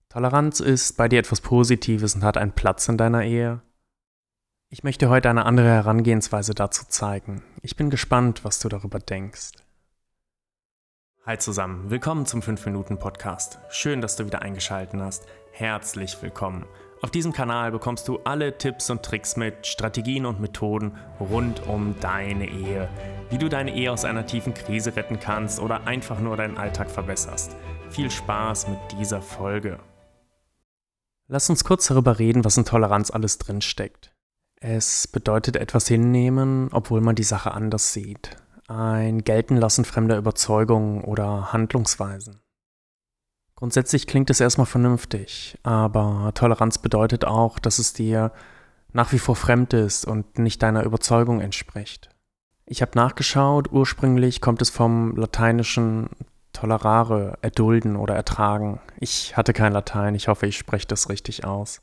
Toleranz ist bei dir etwas Positives und hat einen Platz in deiner Ehe. Ich möchte heute eine andere Herangehensweise dazu zeigen. Ich bin gespannt, was du darüber denkst. Hi zusammen, willkommen zum 5-Minuten-Podcast. Schön, dass du wieder eingeschaltet hast. Herzlich willkommen. Auf diesem Kanal bekommst du alle Tipps und Tricks mit, Strategien und Methoden rund um deine Ehe. Wie du deine Ehe aus einer tiefen Krise retten kannst oder einfach nur deinen Alltag verbesserst. Viel Spaß mit dieser Folge. Lass uns kurz darüber reden, was in Toleranz alles drinsteckt. Es bedeutet etwas hinnehmen, obwohl man die Sache anders sieht. Ein Geltenlassen fremder Überzeugungen oder Handlungsweisen. Grundsätzlich klingt es erstmal vernünftig, aber Toleranz bedeutet auch, dass es dir nach wie vor fremd ist und nicht deiner Überzeugung entspricht. Ich habe nachgeschaut, ursprünglich kommt es vom lateinischen tolerare, erdulden oder ertragen. Ich hatte kein Latein, ich hoffe, ich spreche das richtig aus.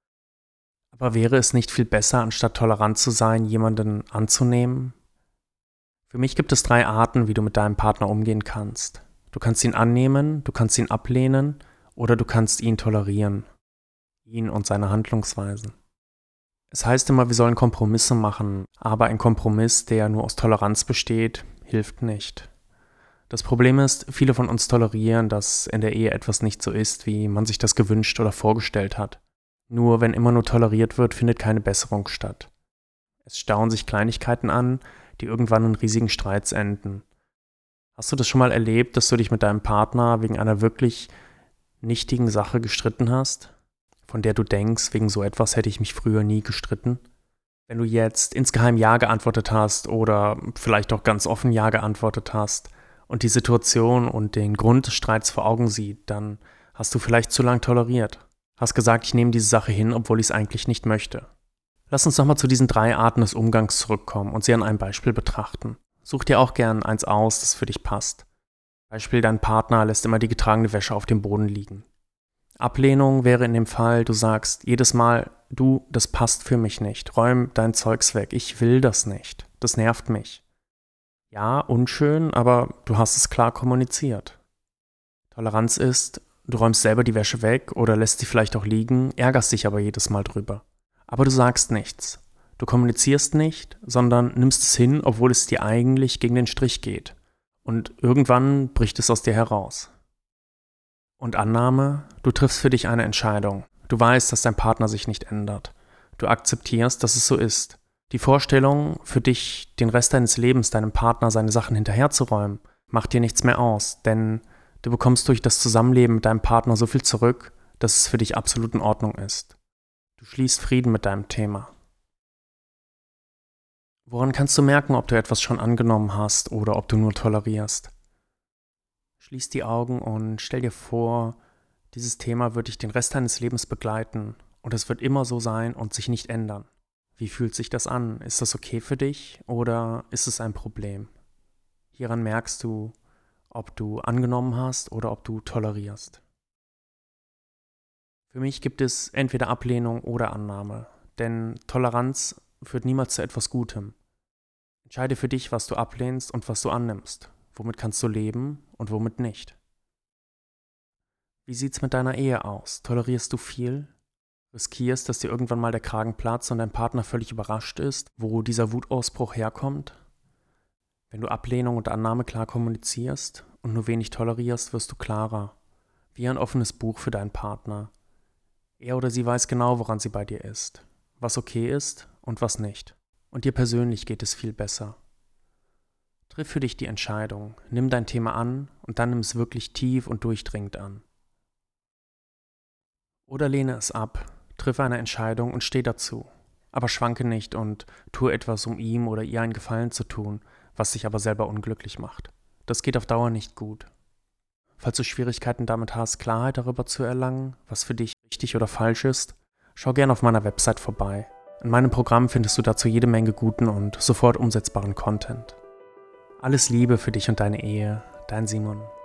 Aber wäre es nicht viel besser, anstatt tolerant zu sein, jemanden anzunehmen? Für mich gibt es 3 Arten, wie du mit deinem Partner umgehen kannst. Du kannst ihn annehmen, du kannst ihn ablehnen oder du kannst ihn tolerieren. Ihn und seine Handlungsweisen. Es heißt immer, wir sollen Kompromisse machen, aber ein Kompromiss, der nur aus Toleranz besteht, hilft nicht. Das Problem ist, viele von uns tolerieren, dass in der Ehe etwas nicht so ist, wie man sich das gewünscht oder vorgestellt hat. Nur wenn immer nur toleriert wird, findet keine Besserung statt. Es stauen sich Kleinigkeiten an, die irgendwann in riesigen Streits enden. Hast du das schon mal erlebt, dass du dich mit deinem Partner wegen einer wirklich nichtigen Sache gestritten hast, von der du denkst, wegen so etwas hätte ich mich früher nie gestritten? Wenn du jetzt insgeheim Ja geantwortet hast oder vielleicht auch ganz offen Ja geantwortet hast und die Situation und den Grund des Streits vor Augen siehst, dann hast du vielleicht zu lang toleriert. Hast gesagt, ich nehme diese Sache hin, obwohl ich es eigentlich nicht möchte. Lass uns nochmal zu diesen 3 Arten des Umgangs zurückkommen und sie an einem Beispiel betrachten. Such dir auch gern eins aus, das für dich passt. Beispiel, dein Partner lässt immer die getragene Wäsche auf dem Boden liegen. Ablehnung wäre in dem Fall, du sagst jedes Mal, du, das passt für mich nicht, räum dein Zeugs weg, ich will das nicht, das nervt mich. Ja, unschön, aber du hast es klar kommuniziert. Toleranz ist, du räumst selber die Wäsche weg oder lässt sie vielleicht auch liegen, ärgerst dich aber jedes Mal drüber. Aber du sagst nichts. Du kommunizierst nicht, sondern nimmst es hin, obwohl es dir eigentlich gegen den Strich geht. Und irgendwann bricht es aus dir heraus. Und Annahme, du triffst für dich eine Entscheidung. Du weißt, dass dein Partner sich nicht ändert. Du akzeptierst, dass es so ist. Die Vorstellung, für dich den Rest deines Lebens deinem Partner seine Sachen hinterherzuräumen, macht dir nichts mehr aus, denn du bekommst durch das Zusammenleben mit deinem Partner so viel zurück, dass es für dich absolut in Ordnung ist. Du schließt Frieden mit deinem Thema. Woran kannst du merken, ob du etwas schon angenommen hast oder ob du nur tolerierst? Schließ die Augen und stell dir vor, dieses Thema wird dich den Rest deines Lebens begleiten und es wird immer so sein und sich nicht ändern. Wie fühlt sich das an? Ist das okay für dich oder ist es ein Problem? Hieran merkst du, ob du angenommen hast oder ob du tolerierst. Für mich gibt es entweder Ablehnung oder Annahme, denn Toleranz führt niemals zu etwas Gutem. Entscheide für dich, was du ablehnst und was du annimmst. Womit kannst du leben und womit nicht? Wie sieht's mit deiner Ehe aus? Tolerierst du viel? Riskierst, dass dir irgendwann mal der Kragen platzt und dein Partner völlig überrascht ist, wo dieser Wutausbruch herkommt? Wenn du Ablehnung und Annahme klar kommunizierst und nur wenig tolerierst, wirst du klarer. Wie ein offenes Buch für deinen Partner. Er oder sie weiß genau, woran sie bei dir ist, was okay ist und was nicht. Und dir persönlich geht es viel besser. Triff für dich die Entscheidung, nimm dein Thema an und dann nimm es wirklich tief und durchdringend an. Oder lehne es ab, triff eine Entscheidung und steh dazu. Aber schwanke nicht und tue etwas, um ihm oder ihr einen Gefallen zu tun, was dich aber selber unglücklich macht. Das geht auf Dauer nicht gut. Falls du Schwierigkeiten damit hast, Klarheit darüber zu erlangen, was für dich richtig oder falsch ist, schau gerne auf meiner Website vorbei. In meinem Programm findest du dazu jede Menge guten und sofort umsetzbaren Content. Alles Liebe für dich und deine Ehe, dein Simon.